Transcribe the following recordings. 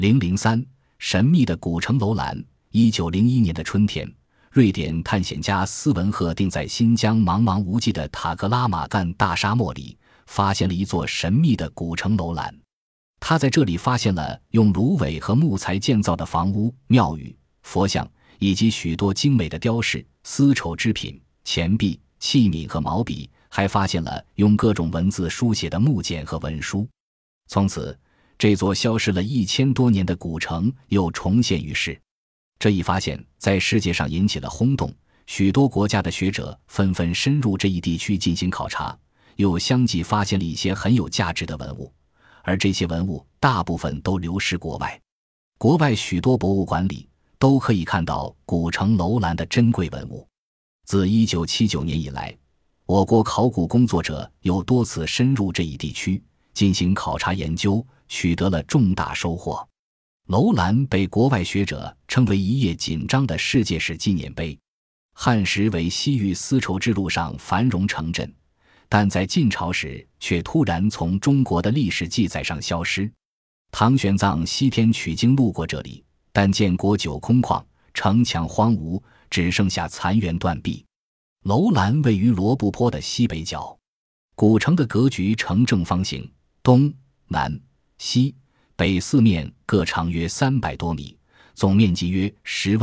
003神秘的古城楼兰。1901年的春天，瑞典探险家斯文赫定在新疆茫茫无际的塔克拉玛干大沙漠里发现了一座神秘的古城楼兰。他在这里发现了用芦苇和木材建造的房屋、庙宇、佛像，以及许多精美的雕饰、丝绸织品、钱币、器皿和毛笔，还发现了用各种文字书写的木简和文书。从此，这座消失了1000多年的古城又重现于世。这一发现在世界上引起了轰动，许多国家的学者纷纷深入这一地区进行考察，又相继发现了一些很有价值的文物，而这些文物大部分都流失国外。国外许多博物馆里都可以看到古城楼兰的珍贵文物。自1979年以来，我国考古工作者又多次深入这一地区进行考察研究，取得了重大收获。楼兰被国外学者称为一页紧张的世界史纪念碑。汉时为西域丝绸之路上繁荣城镇，但在晋朝时却突然从中国的历史记载上消失。唐玄奘西天取经路过这里，但见国久空旷，城墙荒芜，只剩下残垣断壁。楼兰位于罗布泊的西北角，古城的格局呈正方形，东南西北四面各长约300多米，总面积约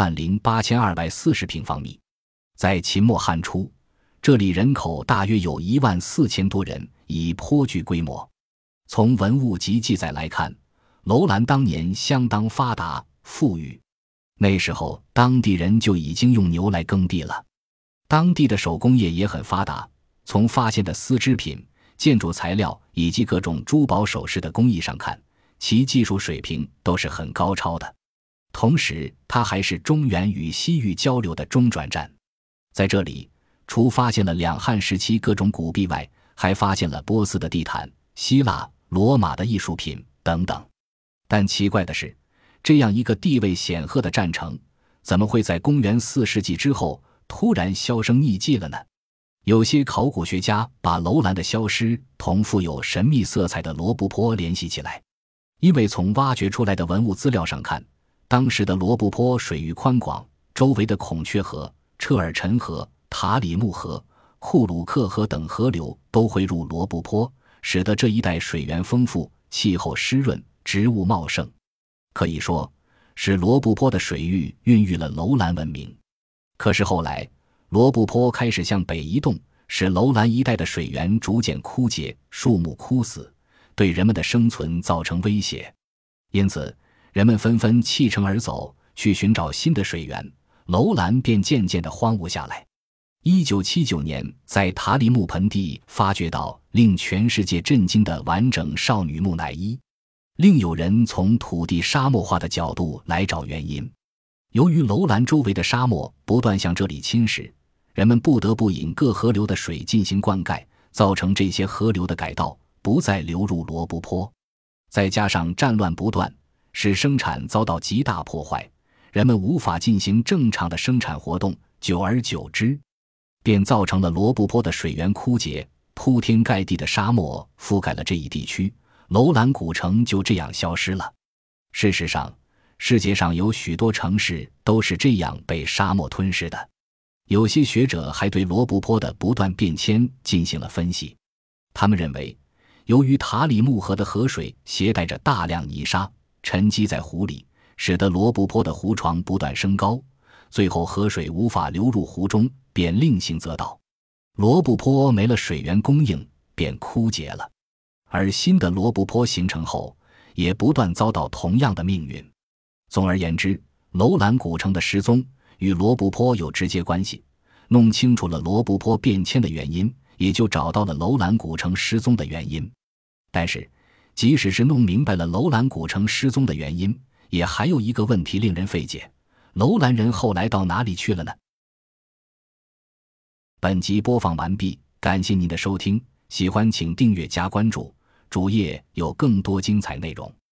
108240平方米。在秦末汉初，这里人口大约有14000多人，已颇具规模。从文物及记载来看，楼兰当年相当发达富裕，那时候当地人就已经用牛来耕地了。当地的手工业也很发达，从发现的丝织品、建筑材料以及各种珠宝首饰的工艺上看，其技术水平都是很高超的。同时，它还是中原与西域交流的中转站。在这里，除发现了两汉时期各种古币外，还发现了波斯的地毯、希腊、罗马的艺术品等等。但奇怪的是，这样一个地位显赫的战城，怎么会在公元4世纪之后突然销声匿迹了呢？有些考古学家把楼兰的消失同富有神秘色彩的罗布泊联系起来。因为从挖掘出来的文物资料上看，当时的罗布泊水域宽广，周围的孔雀河、车尔臣河、塔里木河、库鲁克河等河流都汇入罗布泊，使得这一带水源丰富，气候湿润，植物茂盛。可以说，是罗布泊的水域孕育了楼兰文明。可是后来，罗布泊开始向北移动，使楼兰一带的水源逐渐枯竭，树木枯死，对人们的生存造成威胁。因此，人们纷纷弃城而走，去寻找新的水源，楼兰便渐渐地荒芜下来。1979年，在塔里木盆地发掘到令全世界震惊的完整少女木乃伊。另有人从土地沙漠化的角度来找原因。由于楼兰周围的沙漠不断向这里侵蚀，人们不得不引各河流的水进行灌溉，造成这些河流的改道，不再流入罗布泊。再加上战乱不断，使生产遭到极大破坏，人们无法进行正常的生产活动，久而久之，便造成了罗布泊的水源枯竭，铺天盖地的沙漠覆盖了这一地区，楼兰古城就这样消失了。事实上，世界上有许多城市都是这样被沙漠吞噬的。有些学者还对罗布泊的不断变迁进行了分析。他们认为，由于塔里木河的河水携带着大量泥沙沉积在湖里，使得罗布泊的湖床不断升高，最后河水无法流入湖中，便另行则倒。罗布泊没了水源供应，便枯竭了。而新的罗布泊形成后，也不断遭到同样的命运。总而言之，楼兰古城的失踪与罗布泊有直接关系。弄清楚了罗布泊变迁的原因，也就找到了楼兰古城失踪的原因。但是，即使是弄明白了楼兰古城失踪的原因，也还有一个问题令人费解：楼兰人后来到哪里去了呢？本集播放完毕，感谢您的收听，喜欢请订阅加关注，主页有更多精彩内容。